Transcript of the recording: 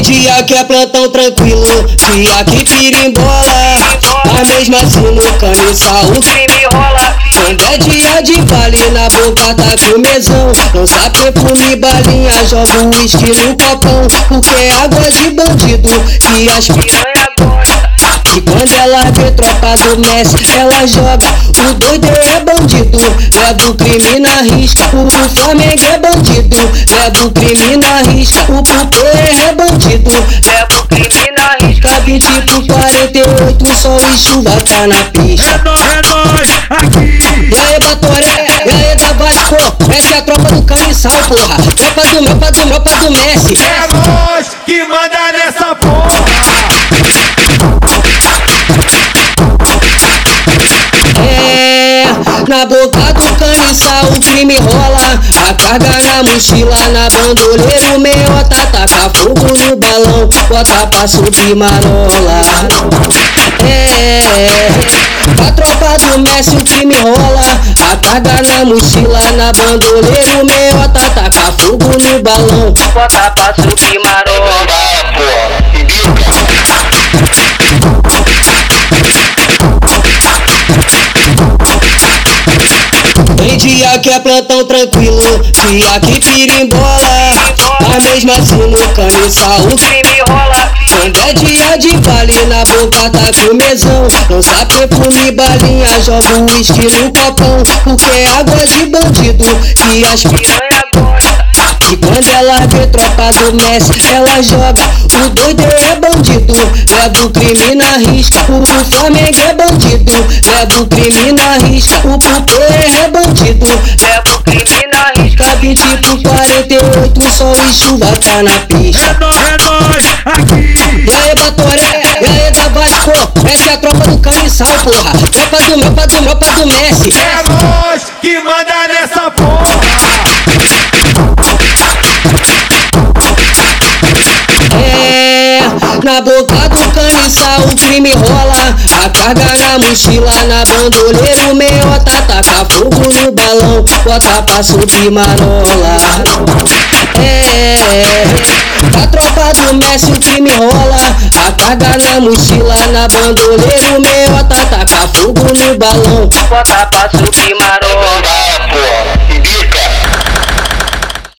dia que é plantão tranquilo, dia que pirimbola, mas mesmo assim no caniçal o crime rola. Quando é dia de baile, na boca tá com mesão, lança perfume, balinha, joga um uísque no copão, porque é água de bandido que as piranha gosta. E quando ela vê tropa do Messi, ela joga. O doido é bandido, leva o crime na risca. O Flamengo é bandido, leva o crime na risca. O Pupê é bandido, leva o crime na risca. 20 por 48, sol e chuva tá na pista. É nóis, aqui. E aí, Batoré, e aí, da Vasco, essa é a tropa do caniçal, porra. Tropa do Messi. É nós que manda nessa porra. Na boca do caniçal o crime rola, a carga na mochila, na bandoleira o meiota, taca fogo no balão, bota pra subir marola. A tropa do Messi o crime rola, a carga na mochila, na bandoleira o meiota, taca fogo no balão, bota pra subir marola. Tem dia que é plantão tranquilo, dia que pirimbola, mas mesmo assim no caniçal o crime rola. Quando é dia de baile, na boca tá com mesão, lança perfume, balinha, joga um uísque no copão, porque é água de bandido que as piranha gosta. E quando ela vê tropa do Messi, ela joga. O doido é bandido, leva o crime na risca. O Flamengo é bandido, leva o crime na risca. O Pupê é bandido, leva o crime na risca. 20 por 48, sol e chuva tá na pista. É nóis, aqui. E aí, Batoré, e aí, da Vasco, essa é a tropa do caniçal, porra. Tropa do Messi. É nós que manda nessa porra. Na boca do caniçal o crime rola, a carga na mochila, na bandoleira o meiota, taca fogo no balão, bota pra subir marola. A tropa do Messi o crime rola, a carga na mochila, na bandoleira o meiota, taca fogo no balão, bota pra subir marola.